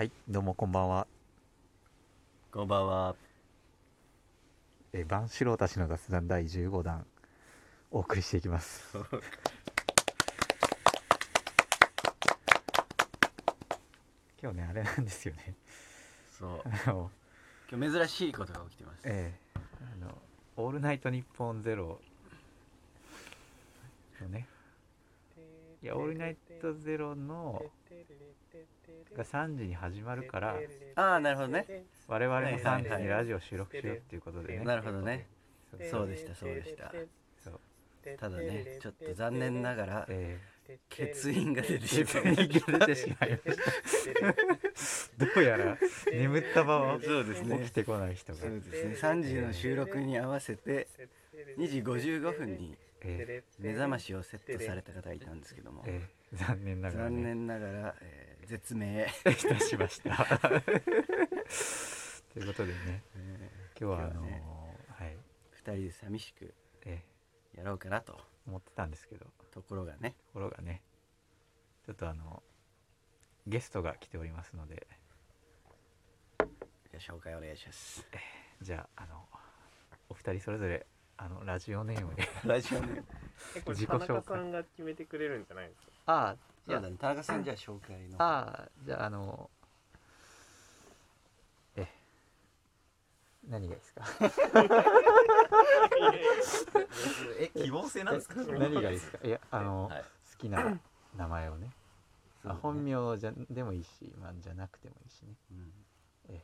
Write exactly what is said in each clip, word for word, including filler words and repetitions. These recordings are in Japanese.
はい、どうもこんばんは。 こんばんは。 えー、万志郎たちの雑談だいじゅうごだんお送りしていきます。今日ねあれなんですよね。 そうあの今日珍しいことが起きてます。 えー、あのオールナイトニッポンゼロのね、いやオールナイトゼロのがさんじに始まるから、 ああ、なるほどね。 我々もさんじにラジオ収録しようっていうことでね。 なるほどね。 そうそうでしたそうでした。 そうただね、ちょっと残念ながら、 え欠員が出てしー、 まいました。 出てしまいましたどうやら眠ったままそうですね起きてこない人が、 そうですね。さんじの収録に合わせてにじごじゅうごふんにえ目覚ましをセットされた方がいたんですけども、 ーえー残念ながらね残念ながら、えー絶命。 いたしましたということでね、今日はあのー今日はねはいふたりで寂しくえやろうかなと。 ー思ってたんですけど、 ところがね、 ところがねちょっとあのゲストが来ておりますので、 じゃあ紹介お願いします。 じゃああのお二人それぞれあのラジオネームでラジオね。 え、これ自己田紹介中さんが決めてくれるんじゃないですか。 ああじゃそうだね。田中さんじゃあ紹介の。 ああじゃああのえ何がいいですかえ、希望性なんですか？ 何がいいですか。いやあの、 はい、 好きな名前をね、 そうだねあ本名じゃでもいいし、まあ、じゃなくてもいいしね。 うんえ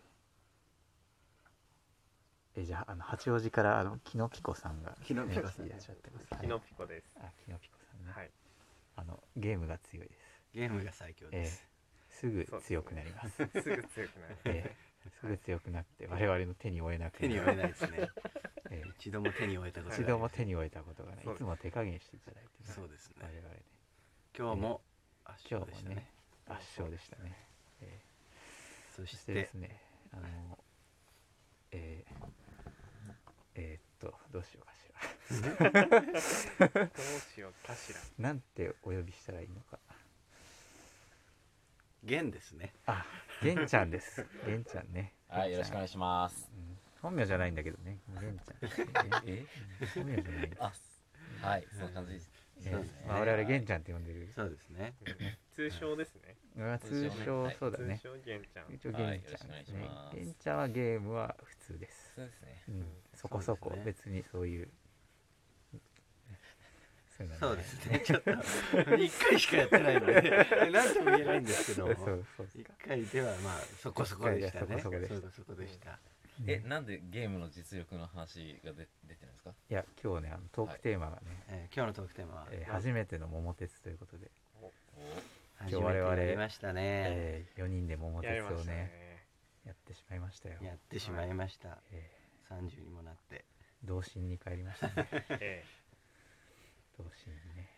えじゃああの八王子からあのキノピコさんがキノピコさんいらっしゃってます。 キノピコです。 あキノピコさんね、 はい。 あのゲームが強いです。 ゲームが最強です。 すぐ強くなります。 すぐ強くなる。 ええすぐ強くなって我々の手に負えなく手に負えないですね。 ええ一度も手に負えたことがない。 一度も手に負えたことがない。いそうですつも手加減していただいてね、 そうですね我々ね。 今日も圧今日もね勝でしたね。 圧勝でしたね。ええそしそしてでてすね、あの、えー、えー、っと、どうしようかしどうしようかしら。 ら。なんてお呼びしたらいいのか。 弦ですね。 あ、玄ちゃんです。玄ちゃんね。 はい、よろしくお願いします。 うん、本名じゃないんだけどね。玄ちゃん。え、え本名じゃない。 あ、はい、そんな感じです。 えそうですねーまあ、我々玄ちゃんって呼んでる。 そうですね。 通称ですね。 まあ、通称はいそうだね。 通称ゲンちゃん。 一応はい玄ちゃんですねよろしくお願いしま。す玄ちゃんはゲームは普通です。 そうですね。 うん、そこそこそうですね別にそういう。そういうのそうはないですね。ちょっと一回しかやってないので何とも言えないんですけども、 そうそう一回ではまあそこそこでしたね。 一回でそこそこでしたそうそこでした。 え、なんでゲームの実力の話が出出てるんですか？ いや今日ねあのトークテーマがね、 えー今日のトークテーマはえー初めての桃鉄ということで、 お、 初今日我々 めてやりましたね。 えー、よにんで桃鉄やりましたをねね。 やってしまいましたよ。 やってしまいました。 えさんじゅうにもなって。 ー、童心に帰りましたね。 え童心にね。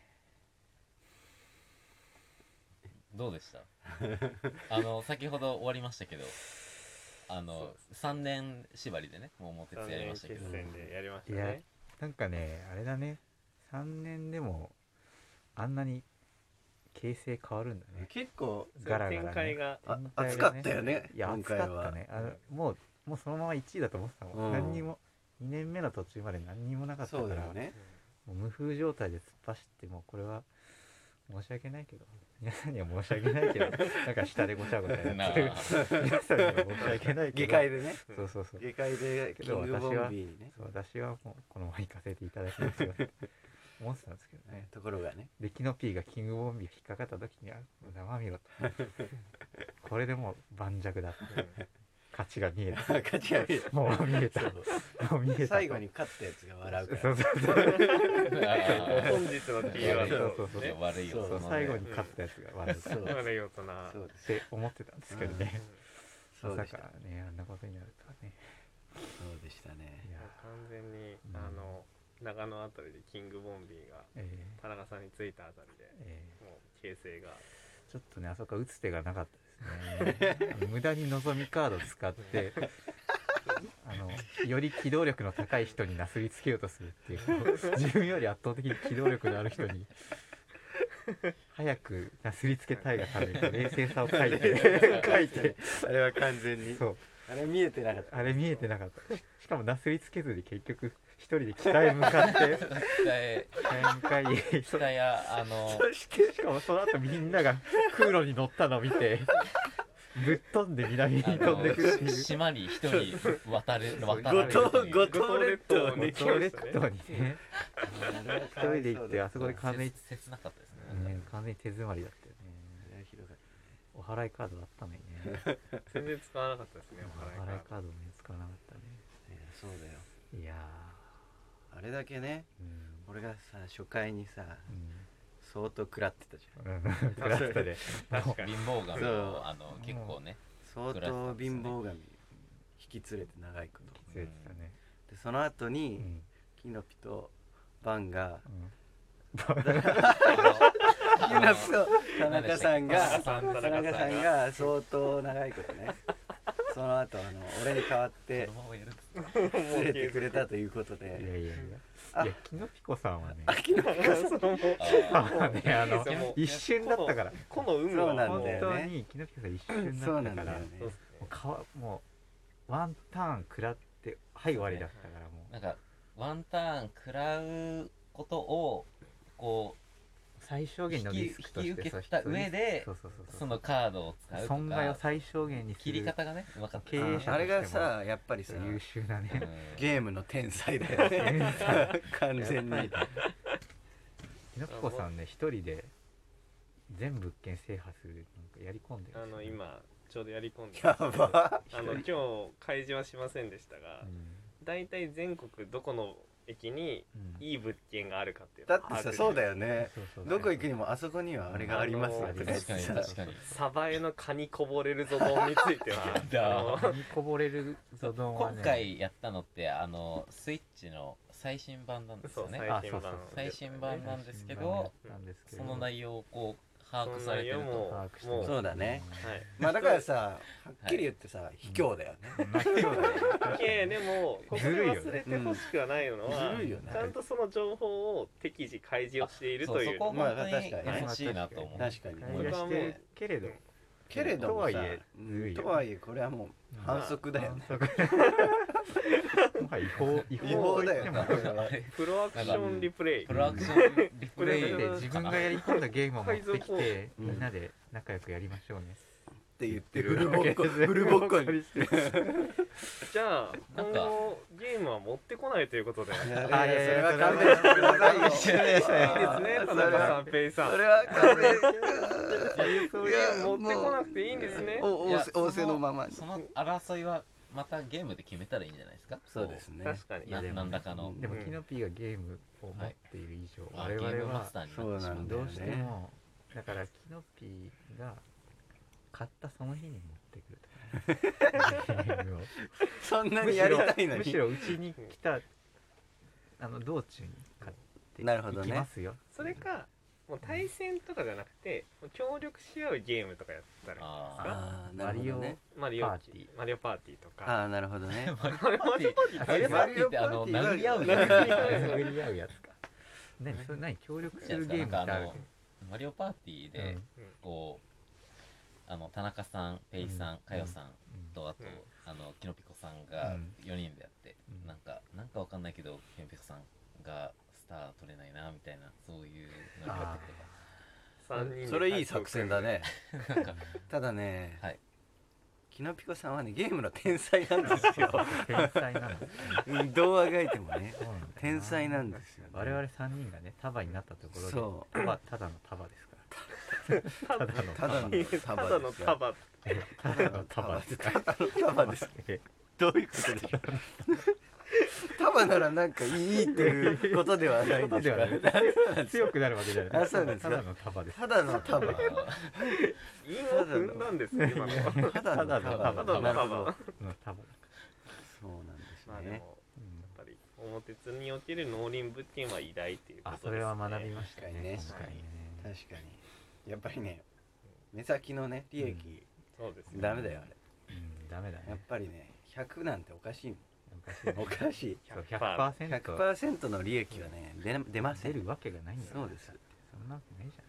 どうでしたあの、先ほど終わりましたけど、あの、さんねん縛りでね、桃え。 鉄やりましたけど決、戦でやりましたいやね。 なんかねあれだね、さんねんでもあんなに形勢変わるんだね。 結構ガラガラね展開があ展開が熱かったよね。 いや今暑か回は。 ったね。あのもうもうそのままいちいだと思ってたもん、 うん何にもにねんめの途中まで何にもなかったから、 そうだよね。 もう無風状態で突っ走ってもうこれは申し訳ないけど皆さんには申し訳ないけどなんか下でごちゃごちゃやってるな皆さんには申し訳ないけど下界でね。 そうそうそう下界でキングボンビーにね。 そう私はもうこのまま行かせていただきますよって思ってたんですけどね。 ところがね。 でキノピーがキングボンビーが引っかかった時には生身ろとこれでもう盤石だって勝ちが見えた勝ちが見えた。 もう見えたそうもう見えたと最後に勝ったやつが笑うから。 そうそうそうあー本日のキーワードそうそうそうね。 悪いよ、 そうその最後に勝ったやつが悪いっそう悪い大人。 そうです。 て思ってたんですけどね、 そうでしたまさか。ねあんなことになるとはね。 そうでしたね。 いや完全にうんあの長野あたりでキングボンビーがえ田中さんについたあたりでーえもう形勢が。 ーちょっとねあそこは打つ手がなかったですねあの無駄に望みカード使ってあのより機動力の高い人になすりつけようとするっていう自分より圧倒的に機動力のある人に早くなすりつけたいがために冷静さを書いて書いてあれは完全にそうあれ見えてなかったあれ見えてなかったししかもなすりつけずに結局一人で北へ向かって北へ北へ向かい北やあのそしてしかもその後みんなが空路に乗ったのを見てぶっ飛んで南に飛んでくるっていう島に一人渡れ渡五られると島いう五島列島に五島列島にね一人で行ってあそこで完全に、 切切なかったですねね、完全に手詰まりだったよねひどかっお払いカードあったのにね全然使わなかったですねおお払い払いカーカードね使わなかったねたねそうだよいやあれだけねーうん俺がさ初回にさうん相当食らってたじゃんうんクラスタで確かに貧乏神そうをあの結構ね相当貧乏神引き連れて長いこと失礼でしたねでその後うにんキノピとバンがうんユナスと田中さんが田中さん田中さんが相当長いことねその後あの俺に代わってそのままやるんです連れてくれたということいやでいやいやあいやキノピコさんはねそのもうあねあのいいですよもう一瞬だったからこの有無そうなん本だよね当にキノピコさん一瞬そうなだったからんだよねそうっすもうかわもうワンターン食らってはい終わりだったからもうなんかワンターン食らうことをこ最小限のリスクとして引き引き受けた上でそうそうそうそううそのカードを使うと損害をか最小限にする切り方がねうまかった経営者あれがさやっぱりさ優秀なねゲームの天才だよね完全にキノピコさんね一人で全物件制覇するなんかやり込んでるあの今ちょうどやり込んでやばあの今日開示はしませんでしたがうん大体全国どこの駅にうんいい物件があるかっていうだってさそうだよよねそうそうどこ行くにもあそこにはあれがありますよあのとか言って確かにさ確かにサバエのカニこぼれるぞ丼についてはだあのにこぼれるゾドンはね今回やったのってあのスイッチの最新版なんですよねそうあそうそう最新版なんですけ最新版やどったんですけどその内容をこう把握されてるその内容もと把握してもうそうだねはいまあだからさはっきり言ってさ卑怯だよねまあそうだねいやいやでもここでずるいよね忘れてほしくはないのは、 ずるいよねちゃんとその情報を適時開示をしているそうそというこ本当にまあ確かにね優しいなと思う確かに会話してるけれどけれどもさとはいえずるいよとはいえこれはもう反則だよね反則もはや違法違違法だよと言ってもあれプロアクションリプレイプロアクションリプレイで自分がやり込んだゲームを持ってきてうんみんなで仲良くやりましょうねって言ってフるフルボッコフルボッコにじゃあなんか今後ゲームは持ってこないということでいいいやいあいやいややそれは勘弁してくださいよいやいやいやいやですね田中さんペイさんそれは勘弁そういうの持ってこなくていいんですねおいや仰せのままにその争いはまたゲームで決めたらいいんじゃないですかそうですね確かになやでも何らかのでもキノピーがゲームを持っている以上あゲ我々はームマスターになってしまうんだよどうしてねもだからキノピーが買ったその日に持ってくるとかねゲームをそんなにやりたいのむしにろうちに来たあの道中に買ってなるほどね行きますよそれかもう対戦とかじゃなくてもう協力し合うゲームとかやったらあああなるほどねマリオパーティーマリオパーティーとかああなるほどねマリオパーティーマリオパーティーってあの殴り合うじゃん殴り合う殴り合うやつか何それ何協力するゲームってあるなんかあのマリオパーティーでうんこうあの田中さんペイさんうんかよさんとあとうんあのキノピコさんがうんよにんでやってうんなんかなんかわかんないけどキノピコさんがスター取れないなみたいなそういうのがあってさんにんでそれいい作戦だねなんかただねはいキノピコさんはねゲームの天才なんですよ天才なのうんどうあがいてもねそうなんだよな天才なんですよね我々さんにんがね束になったところでそ束ただの束ですからただのただのただの束ただの束ですからただの束ですどういうことでしょう束ならなんかいいっていうことではないんですかではない強くなるわけじゃないあそうなんですかただの束ですただの束韻を踏んだんですよ今のただの束ただの束なるほどの束だそうなんですまあでもやっねうんぱり表津における農林物件は偉大っていうことですねあそれは学びましたね確かにね今回ね確かにやっぱりね目先のね利益そうですねダメだよあれうんダメだやっねぱりねひゃくなんておかしいもおかしいんおかしいそうひゃくパーセントひゃくパーセントひゃくパーセントの利益はね出な出ません出るわけがないんだよそうですそんなわけないじ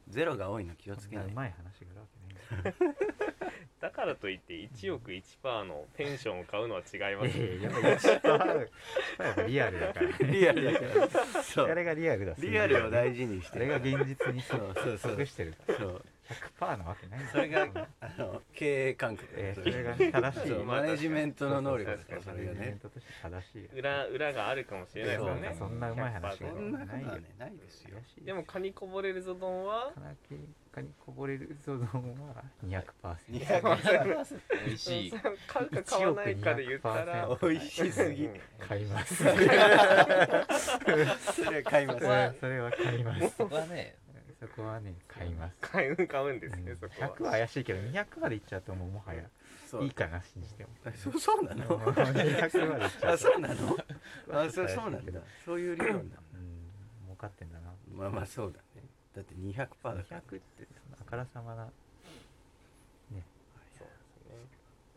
ゼロが多いの気をつけないそんなうまい話があるわけないんだからといっていちおく いちパーセント のペンションを買うのは違いますだよ。いやいややっぱいちパーセントやっぱリアルだからね。 リアルだからそうあれがリアルだ。 リアルを大事にしてあれが現実にそうそうそう即してるから。 そうひゃくパーセントなわけないんだよ。 それがあの経営感覚えーそれがね正しい。 そうマネジメントの能力だからそうそうそれがねマネジメントとして正しいよ。 裏裏があるかもしれないですよね。 そんなうまい話がそんなことはねないですよ怪しいでもカニこぼれるぞ丼はカナケカにこぼれるぞ丼はにひゃくパーセント。 にひゃくパーセン美味しい。 買うか買わないかで言ったらト美味しすぎうん買います。 それは買いますそれはそれは買います。 そこはね、 そこはね買います。 買う買うんですね、 うんそこひゃくは怪しいけどにひゃくまでいっちゃうともうもはやそういいかな信じても。 そそうなのもうにひゃくまでいっちゃうと。 あそうなのあそうそうなんだそういう理論なんだうん儲かってんだな。 まあまあそうだねだってにひゃくパーセントだからにひゃくってそのあからさまなそうですね。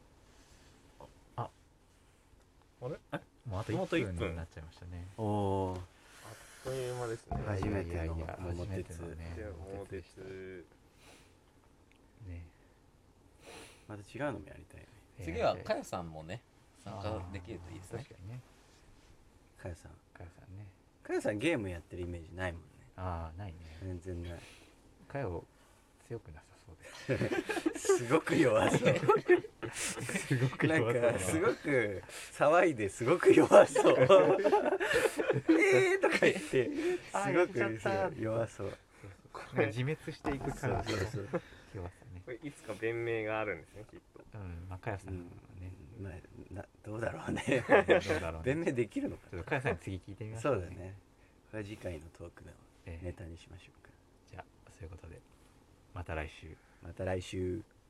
もうあともうあと 1 いっぷん分になっちゃいましたね。 おおあっという間ですね。 初めてのいやいやいや桃鉄初めてのねじゃあ桃鉄ねまた違うのもやりたいね次はかよさんもね、参加できるといいですね確。かにね。 かよさんかよさんね。 かよさんゲームやってるイメージないもんねああないね。 全然ないかよ強くなさそうです。 すごく弱そうすごくなん弱そうだなかすごく騒いですごく弱そうえーとか言ってあーすごくやっちゃった弱そうなんか自滅していくそう感じのそうそう弱さね。 これいつか弁明があるんですね、きっと。 うん、まあかよさうんんね。 まあなどうだろうねどうだろうね。 弁明できるのかちょっとかよさんに次聞いてみましょうそうだ。ねこれは次回のトークのええネタにしましょうかじゃあそういうことでまた来週。 また来週